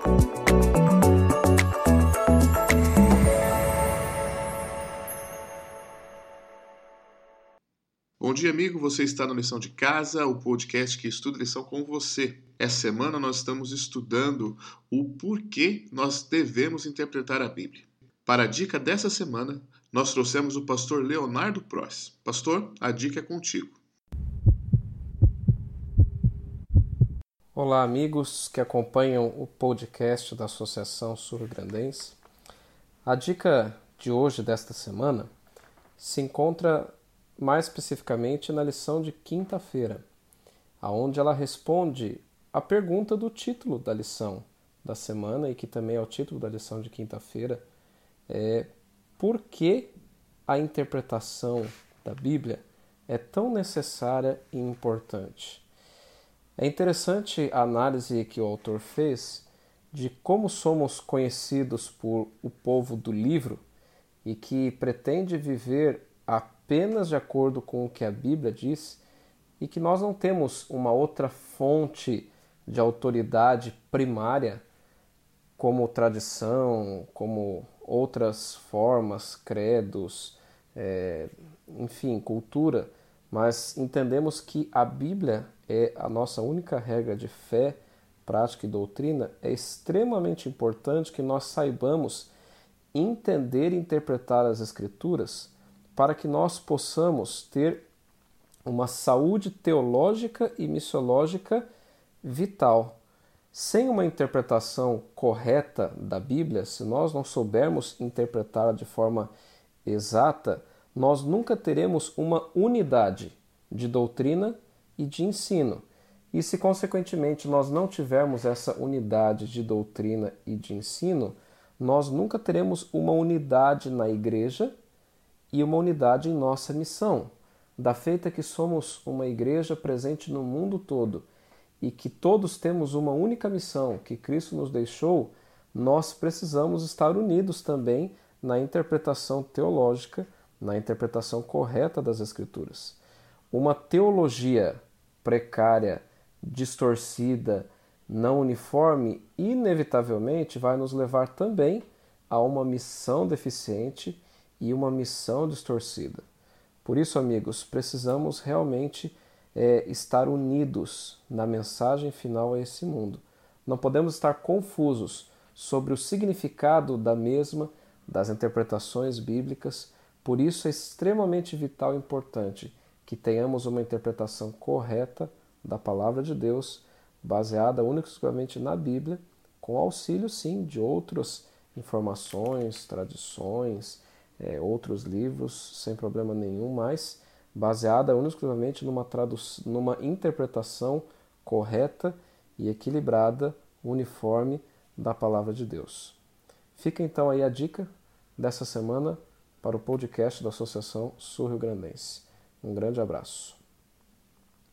Bom dia, amigo. Você está na Lição de Casa, o podcast que estuda lição com você. Essa semana nós estamos estudando o porquê nós devemos interpretar a Bíblia. Para a dica dessa semana, nós trouxemos o pastor Leonardo Pross. Pastor, a dica é contigo. Olá, amigos que acompanham o podcast da Associação Sul-Grandense. A dica de hoje, desta semana, se encontra mais especificamente na lição de quinta-feira, onde ela responde a pergunta do título da lição da semana, e que também é o título da lição de quinta-feira, por que a interpretação da Bíblia é tão necessária e importante? É interessante a análise que o autor fez de como somos conhecidos por o povo do livro e que pretende viver apenas de acordo com o que a Bíblia diz, e que nós não temos uma outra fonte de autoridade primária, como tradição, como outras formas, credos, enfim, cultura, mas entendemos que a Bíblia é a nossa única regra de fé, prática e doutrina. É extremamente importante que nós saibamos entender e interpretar as Escrituras para que nós possamos ter uma saúde teológica e missiológica vital. Sem uma interpretação correta da Bíblia, se nós não soubermos interpretá-la de forma exata, nós nunca teremos uma unidade de doutrina e de ensino. E se, consequentemente, nós não tivermos essa unidade de doutrina e de ensino, nós nunca teremos uma unidade na igreja e uma unidade em nossa missão. Da feita que somos uma igreja presente no mundo todo e que todos temos uma única missão que Cristo nos deixou, nós precisamos estar unidos também na interpretação teológica, na interpretação correta das Escrituras. Uma teologia precária, distorcida, não uniforme, inevitavelmente vai nos levar também a uma missão deficiente e uma missão distorcida. Por isso, amigos, precisamos realmente estar unidos na mensagem final a esse mundo. Não podemos estar confusos sobre o significado da mesma, das interpretações bíblicas. Por isso é extremamente vital e importante que tenhamos uma interpretação correta da Palavra de Deus, baseada única e exclusivamente na Bíblia, com auxílio, sim, de outras informações, tradições, outros livros, sem problema nenhum, mas baseada única e exclusivamente numa interpretação correta e equilibrada, uniforme da Palavra de Deus. Fica então aí a dica dessa semana para o podcast da Associação Sul-Grandense. Um grande abraço.